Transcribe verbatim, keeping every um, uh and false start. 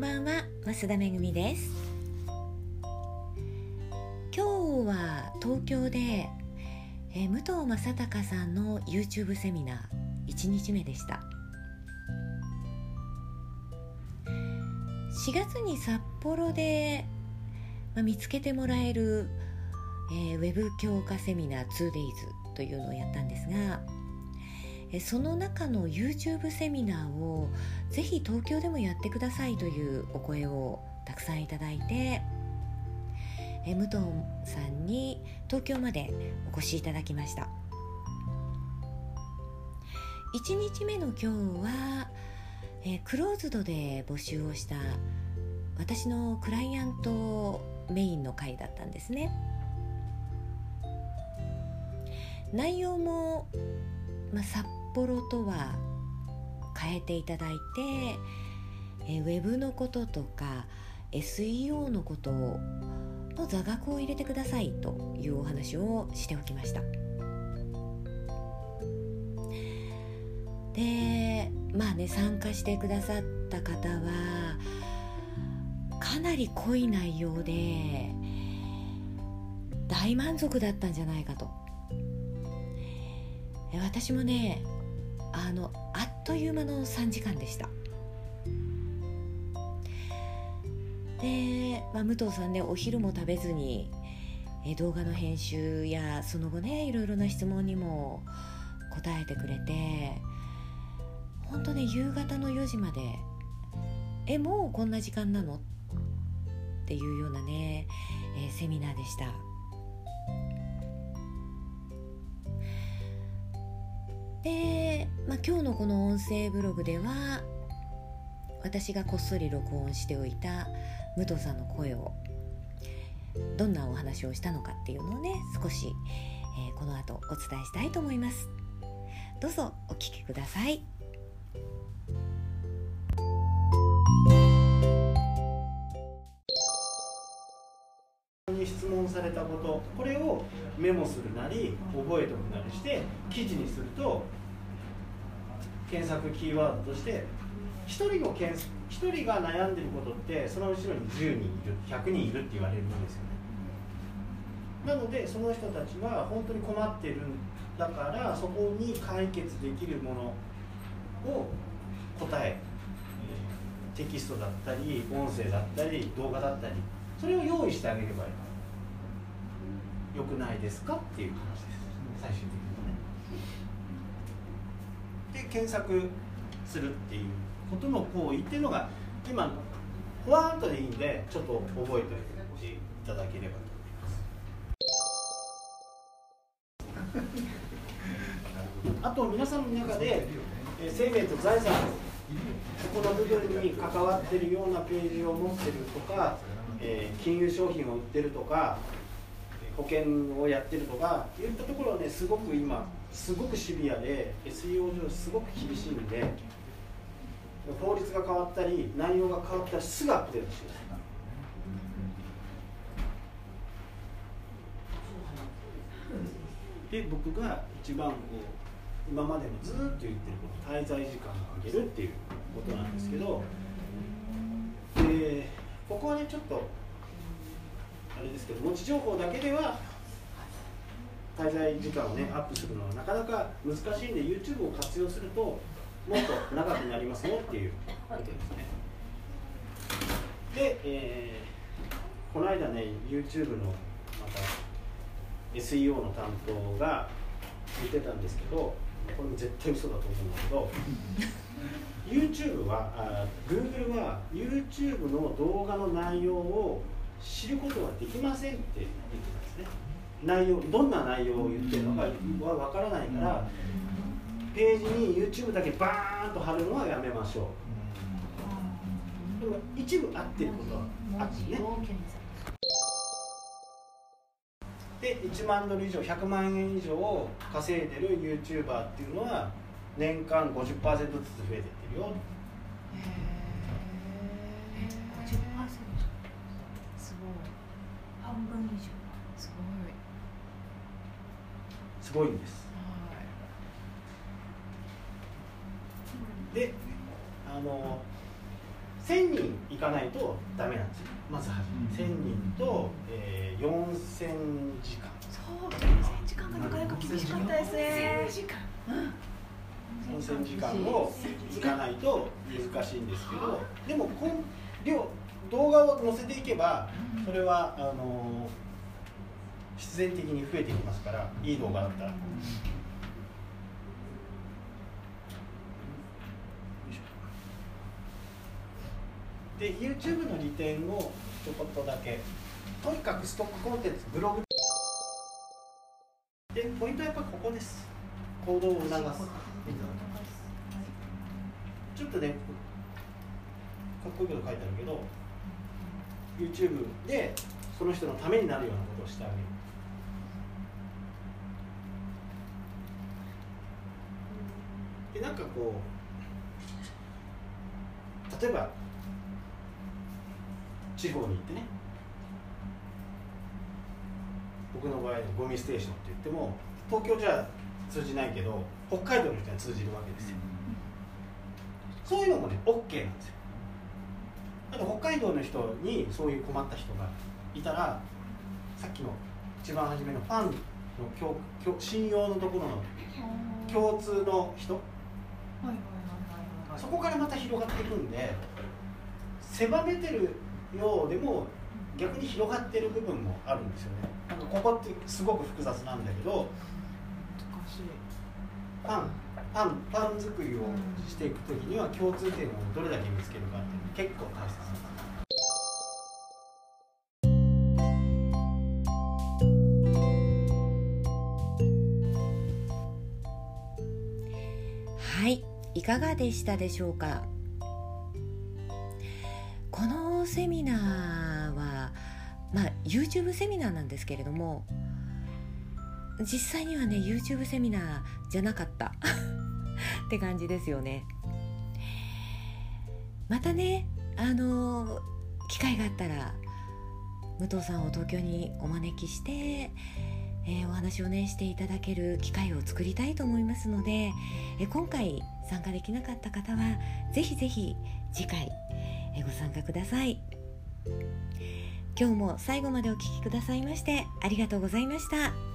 ばんは、増田めぐみです。今日は東京で、えー、武藤正孝さんの YouTube セミナーいちにちめでした。しがつに札幌で、まあ、見つけてもらえる、えー、ウェブ強化セミナー ツーデイズ というのをやったんですが、その中の YouTube セミナーをぜひ東京でもやってくださいというお声をたくさんいただいて、え武藤さんに東京までお越しいただきました。いちにちめの今日は、えクローズドで募集をした私のクライアントメインの会だったんですね。内容も、まあ、札幌とは変えていただいて、えウェブのこととか エスイーオー のことの座学を入れてくださいというお話をしておきました。で、まあね、参加してくださった方はかなり濃い内容で大満足だったんじゃないかと。私もね、あのあっという間のさんじかんでした。で、まあ、武藤さんね、お昼も食べずにえ動画の編集やその後ね、いろいろな質問にも答えてくれて、本当ね、夕方のよじまでえもうこんな時間なのっていうようなね、えー、セミナーでした。で、まあ、今日のこの音声ブログでは私がこっそり録音しておいた武藤さんの声を、どんなお話をしたのかっていうのをね、少し、えー、この後お伝えしたいと思います。どうぞお聞きください。 質問されたこと、これをメモするなり覚えておくなりして記事にすると、検索キーワードとしてひとりの検索ひとりが悩んでることってその後ろにじゅうにんいる、ひゃくにんいるって言われるんですよね。なのでその人たちは本当に困ってるんだから、そこに解決できるものを答え、テキストだったり音声だったり動画だったり、それを用意してあげればよくないですかっていう話です、最終的にはね。で、検索するっていうことの行為っていうのが今ふわーっとでいいんで、ちょっと覚えておいていただければと思います。あと皆さんの中で生命と財産、この部分に関わっているようなページを持ってるとか、えー、金融商品を売ってるとか、保険をやってるとかいったところはね、すごく今すごくシビアで エスイーオー 上すごく厳しいんで、法律が変わったり内容が変わったらすぐアップデートしてください。で、僕が一番こう今までもずっと言ってるこの滞在時間を上げるっていうことなんですけど、でここはね、ちょっとあれですけど、持ち情報だけでは滞在時間をねアップするのはなかなか難しいんで、 YouTube を活用するともっと長くなりますよっていうことですね。で、えー、この間ね YouTube のまた エスイーオー の担当が言ってたんですけど、これも絶対嘘だと思うんだけどYouTube はあ Google は YouTube の動画の内容を知ることはできませんって言ってたんですね。内容、どんな内容を言ってるのかはわからないから、ページに YouTube だけバーンと貼るのはやめましょう。でも一部合ってることはあってね。で、いちまんドル以上、ひゃくまんえん以上稼いでる YouTuber っていうのは年間 ごじゅっパーセント ずつ増えていってるよ。 へー、ごじゅっパーセント、すごい、半分以上、すごいすごいんです。で、あのせんにんいかないとダメなんですよ。まずはじめせんにんと、えー、よんせんじかん。 そう、よんせんじかんがなかなか厳しかったですね。よんせんじかん、うん、 よんせんじかんをいかないと難しいんですけど、でもこの量動画を載せていけばそれはあの必然的に増えていきますから、いい動画だったら。で YouTube の利点を一言だけ、とにかくストックコンテンツ、ブログでポイントはやっぱここです。行動を促す。ちょっとねかっこいいこと書いてあるけど、 YouTube でその人のためになるようなことをしてあげる。でなんかこう例えば地方に行ってね、僕の場合ゴミステーションって言っても東京じゃ通じないけど北海道の人には通じるわけですよ。そういうのもね OK なんですよ。あと北海道の人にそういう困った人がいたら、さっきの一番初めのファンの共共信用のところの共通の人、そこからまた広がっていくんで、狭めてるようでも逆に広がってる部分もあるんですよね。なんかここってすごく複雑なんだけど、パンパンパン作りをしていくときには共通点をどれだけ見つけるかっていうの結構大切なんです。 はい、いかがでしたでしょうか。このセミナーは、まあ、YouTube セミナーなんですけれども、実際にはね YouTube セミナーじゃなかったって感じですよね。またね、あの機会があったら武藤さんを東京にお招きして、えー、お話をねしていただける機会を作りたいと思いますので、えー、今回参加できなかった方はぜひぜひ次回、えー、ご参加ください。今日も最後までお聞きくださいましてありがとうございました。